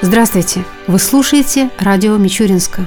Здравствуйте! Вы слушаете радио Мичуринска.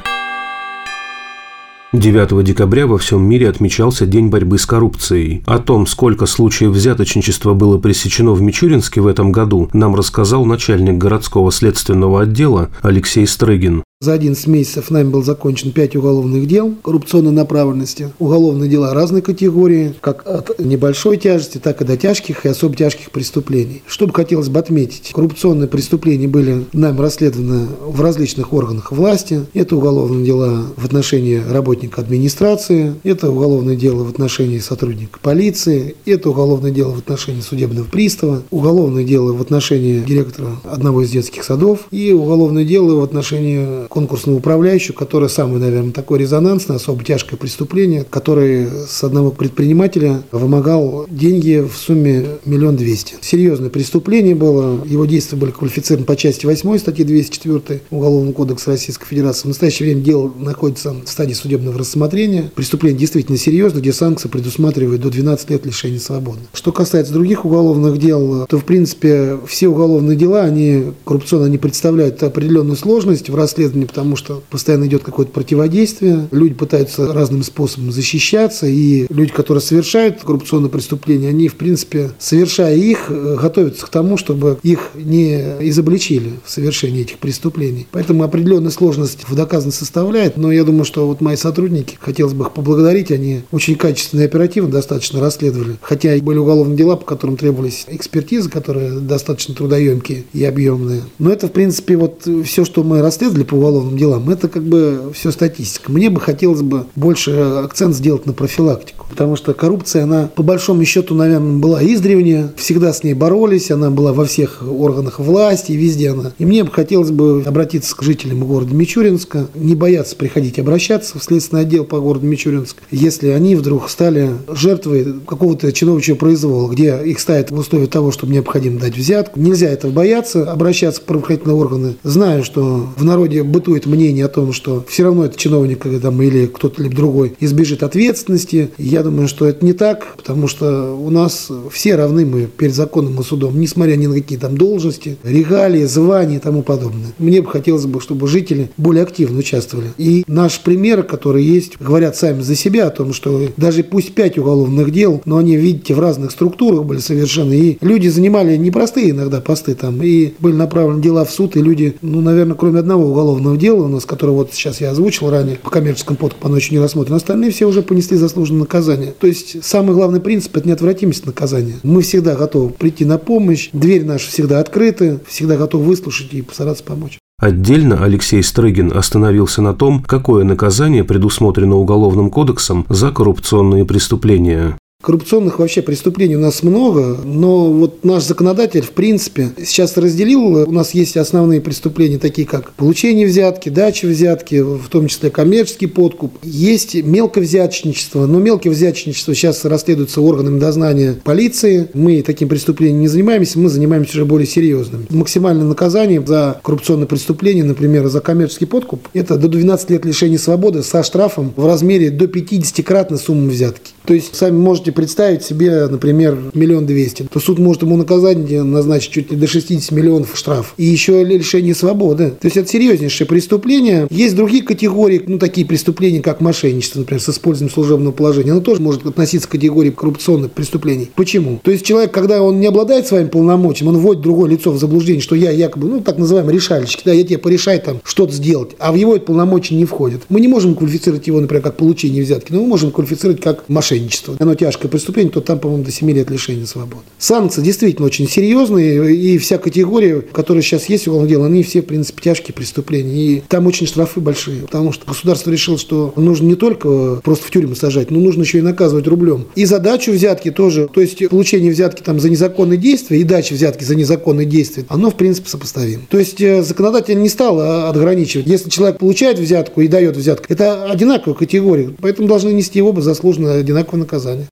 9 декабря во всем мире отмечался День борьбы с коррупцией. О том, сколько случаев взяточничества было пресечено в Мичуринске в этом году, нам рассказал начальник городского следственного отдела Алексей Стрыгин. За 11 месяцев нами было закончено 5 уголовных дел коррупционной направленности. Уголовные дела разной категории, как от небольшой тяжести, так и до тяжких и особо тяжких преступлений. Что бы хотелось бы отметить, коррупционные преступления были нами расследованы в различных органах власти. Это уголовные дела в отношении работника администрации, это уголовное дело в отношении сотрудника полиции, это уголовное дело в отношении судебного пристава, уголовное дело в отношении директора одного из детских садов и уголовное дело в отношении конкурсного управляющего, которое самое, наверное, такое резонансное, особо тяжкое преступление, который с одного предпринимателя вымогал деньги в сумме 1 200 000. Серьезное преступление было, его действия были квалифицированы по части 8 статьи 204 Уголовного кодекса Российской Федерации. В настоящее время дело находится в стадии судебного рассмотрения. Преступление действительно серьезно, где санкции предусматривают до 12 лет лишения свободы. Что касается других уголовных дел, то, в принципе, все уголовные дела, они коррупционные, они представляют определенную сложность в расследовании, потому что постоянно идет какое-то противодействие, люди пытаются разным способом защищаться, и люди, которые совершают коррупционные преступления, они, в принципе, совершая их, готовятся к тому, чтобы их не изобличили в совершении этих преступлений. Поэтому определенная сложность в доказанности составляет, но я думаю, что вот мои сотрудники, хотелось бы их поблагодарить, они очень качественно и оперативно достаточно расследовали, хотя и были уголовные дела, по которым требовались экспертизы, которые достаточно трудоемкие и объемные. Но это, в принципе, вот все, что мы расследовали по уголовным делам, это как бы все статистика. Мне бы хотелось бы больше акцент сделать на профилактику, потому что коррупция, она по большому счету, наверное, была издревле, всегда с ней боролись, она была во всех органах власти, везде она. И мне бы хотелось бы обратиться к жителям города Мичуринска, не бояться приходить обращаться в следственный отдел по городу Мичуринск, если они вдруг стали жертвой какого-то чиновничьего произвола, где их ставят в условии того, чтобы необходимо дать взятку. Нельзя этого бояться, обращаться в правоохранительные органы. Знаю, что в народе бытует мнение о том, что все равно это чиновник там, или кто-то либо другой избежит ответственности. Я думаю, что это не так, потому что у нас все равны мы перед законом и судом, несмотря ни на какие там должности, регалии, звания и тому подобное. Мне бы хотелось бы, чтобы жители более активно участвовали. И наш пример, который есть, говорят сами за себя о том, что даже пусть 5 уголовных дел, но они, видите, в разных структурах были совершены, и люди занимали непростые иногда посты там, и были направлены дела в суд, и люди, наверное, кроме одного уголовного дела у нас, которое вот сейчас я озвучил ранее, по коммерческому подкупу оно еще не рассмотрено, остальные все уже понесли заслуженное наказание. То есть самый главный принцип – это неотвратимость наказания. Мы всегда готовы прийти на помощь, дверь наша всегда открыта, всегда готовы выслушать и постараться помочь. Отдельно Алексей Стрыгин остановился на том, какое наказание предусмотрено Уголовным кодексом за коррупционные преступления. Коррупционных вообще преступлений у нас много, но вот наш законодатель, в принципе, сейчас разделил. У нас есть основные преступления, такие как получение взятки, дача взятки, в том числе коммерческий подкуп. Есть мелковзяточничество, но мелковзяточничество сейчас расследуется органами дознания полиции. Мы таким преступлением не занимаемся, мы занимаемся уже более серьезным. Максимальное наказание за коррупционное преступление, например, за коммерческий подкуп, это до 12 лет лишения свободы со штрафом в размере до 50-кратной суммы взятки. То есть, сами можете представить себе, например, 1 200 000, то суд может ему наказание назначить чуть ли до 60 миллионов штраф. И еще лишение свободы. То есть, это серьезнейшее преступление. Есть другие категории, такие преступления, как мошенничество, например, с использованием служебного положения. Оно тоже может относиться к категории коррупционных преступлений. Почему? То есть, человек, когда он не обладает своим полномочием, он вводит другое лицо в заблуждение, что я якобы, так называемый решальщик, да, я тебе порешаю там что-то сделать, а в его это полномочия не входит. Мы не можем квалифицировать его, например, как получение взятки, но мы можем квалифицировать как мошенничество. Оно тяжкое преступление, то там, по-моему, до 7 лет лишения свободы. Санкции действительно очень серьезные, и вся категория, которая сейчас есть в уголовном деле, они все, в принципе, тяжкие преступления. И там очень штрафы большие, потому что государство решило, что нужно не только просто в тюрьму сажать, но нужно еще и наказывать рублем. И за дачу взятки тоже, то есть получение взятки там за незаконные действия и дача взятки за незаконные действия, оно, в принципе, сопоставимо. То есть законодатель не стал отграничивать. Если человек получает взятку и дает взятку, это одинаковая категория, поэтому должны нести оба заслуженно одинаковое наказание.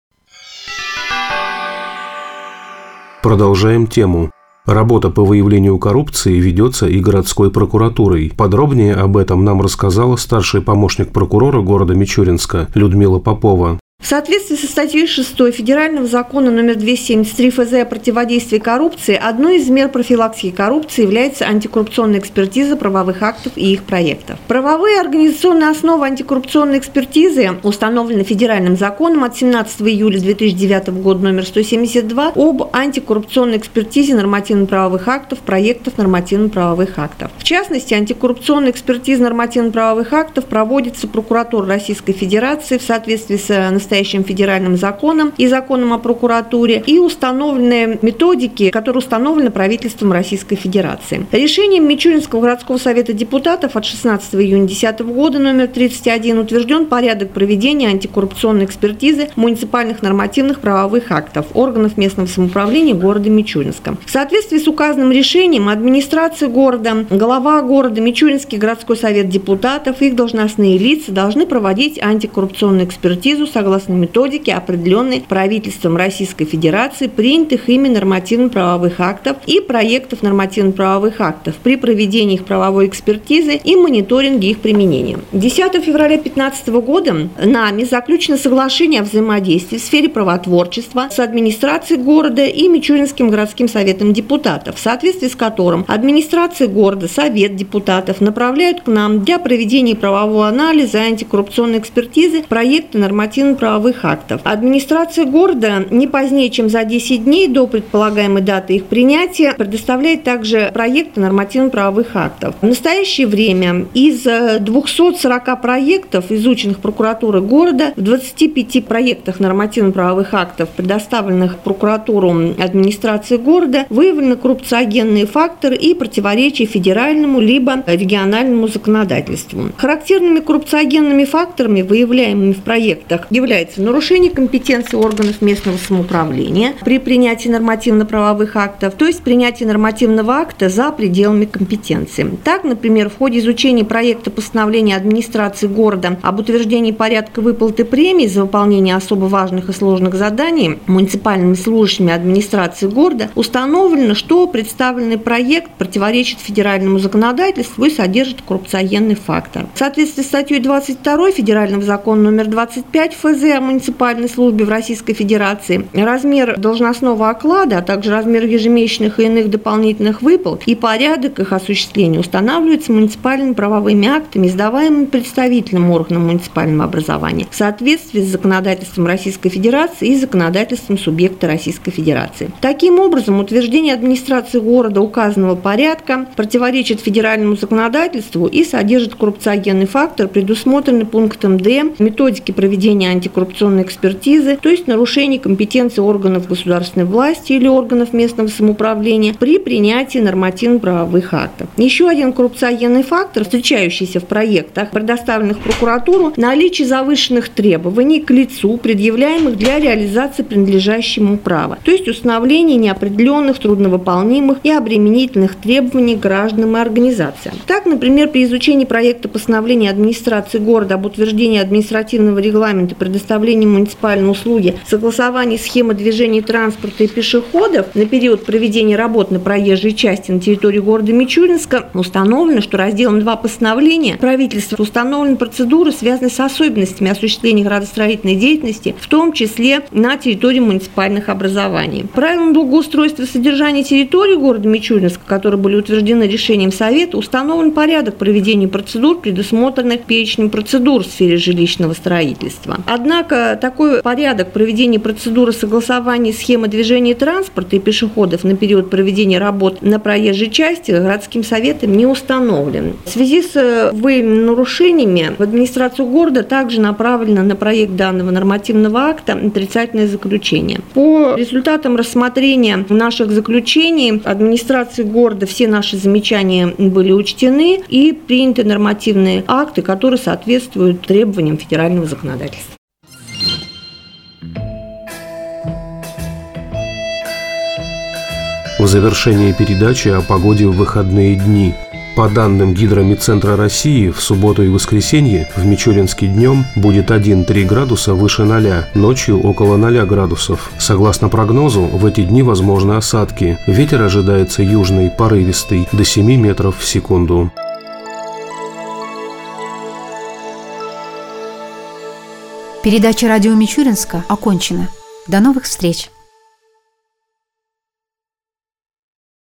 Продолжаем тему. Работа по выявлению коррупции ведется и городской прокуратурой. Подробнее об этом нам рассказала старший помощник прокурора города Мичуринска Людмила Попова. В соответствии со статьей 6 Федерального закона номер 273 ФЗ о противодействии коррупции, одной из мер профилактики коррупции является антикоррупционная экспертиза правовых актов и их проектов. Правовые и организационные основы антикоррупционной экспертизы установлены Федеральным законом от 17 июля 2009 года номер 172 об антикоррупционной экспертизе нормативно-правовых актов, проектов нормативно-правовых актов. В частности, антикоррупционная экспертиза нормативно-правовых актов проводится прокуратурой Российской Федерации в соответствии с настоящим федеральным законом и законом о прокуратуре и установленные методики, которые установлены правительством Российской Федерации. Решением Мичуринского городского совета депутатов от 16 июня 2010 года номер 31 утвержден порядок проведения антикоррупционной экспертизы муниципальных нормативных правовых актов органов местного самоуправления города Мичуринска. В соответствии с указанным решением администрация города, глава города, Мичуринский городской совет депутатов и их должностные лица должны проводить антикоррупционную экспертизу согласно методики, определенной правительством Российской Федерации, принятых ими нормативно-правовых актов и проектов нормативно-правовых актов при проведении их правовой экспертизы и мониторинге их применения. 10 февраля 2015 года нами заключено соглашение о взаимодействии в сфере правотворчества с администрацией города и Мичуринским городским советом депутатов, в соответствии с которым администрация города, совет депутатов направляют к нам для проведения правового анализа и антикоррупционной экспертизы проекты нормативно-правовых актов. Администрация города не позднее, чем за 10 дней до предполагаемой даты их принятия предоставляет также проекты нормативно-правовых актов. В настоящее время из 240 проектов, изученных прокуратурой города, в 25 проектах нормативно-правовых актов, предоставленных прокуратуру администрации города, выявлены коррупциогенные факторы и противоречия федеральному либо региональному законодательству. Характерными коррупциогенными факторами, выявляемыми в проектах, является нарушение компетенции органов местного самоуправления при принятии нормативно-правовых актов, то есть принятие нормативного акта за пределами компетенции. Так, например, в ходе изучения проекта постановления администрации города об утверждении порядка выплаты премий за выполнение особо важных и сложных заданий муниципальными служащими администрации города установлено, что представленный проект противоречит федеральному законодательству и содержит коррупциогенный фактор. В соответствии с статьей 22 Федерального закона номер 25 ФЗ о муниципальной службе в Российской Федерации размер должностного оклада, а также размер ежемесячных и иных дополнительных выплат и порядок их осуществления устанавливается муниципальными правовыми актами, издаваемыми представительным органом муниципального образования в соответствии с законодательством Российской Федерации и законодательством субъекта Российской Федерации. Таким образом, утверждение администрации города указанного порядка противоречит федеральному законодательству и содержит коррупциогенный фактор, предусмотренный пунктом Д методики проведения антикоррупционной экспертизы, то есть нарушение компетенции органов государственной власти или органов местного самоуправления при принятии нормативно-правовых актов. Еще один коррупциогенный фактор, встречающийся в проектах, предоставленных в прокуратуру, наличие завышенных требований к лицу, предъявляемых для реализации принадлежащего ему права, то есть установление неопределенных, трудновыполнимых и обременительных требований к гражданам и организациям. Так, например, при изучении проекта постановления администрации города об утверждении административного регламента предоставления муниципальной услуги согласования схемы движения транспорта и пешеходов на период проведения работ на проезжей части на территории города Мичуринска установлено, что разделом 2 постановления правительства установлены процедуры, связанные с особенностями осуществления градостроительной деятельности, в том числе на территории муниципальных образований. Правилам благоустройства и содержания территории города Мичуринска, которые были утверждены решением Совета, установлен порядок проведения процедур, предусмотренных перечнем процедур в сфере жилищного строительства. Однако такой порядок проведения процедуры согласования схемы движения транспорта и пешеходов на период проведения работ на проезжей части городским советом не установлен. В связи с выявленными нарушениями в администрацию города также направлено на проект данного нормативного акта отрицательное заключение. По результатам рассмотрения наших заключений администрации города все наши замечания были учтены и приняты нормативные акты, которые соответствуют требованиям федерального законодательства. В завершении передачи о погоде в выходные дни. По данным Гидромедцентра России, в субботу и воскресенье в Мичуринске днем будет 1-3 градуса выше 0, ночью около 0 градусов. Согласно прогнозу, в эти дни возможны осадки. Ветер ожидается южный, порывистый, до 7 метров в секунду. Передача «Радио Мичуринска» окончена. До новых встреч!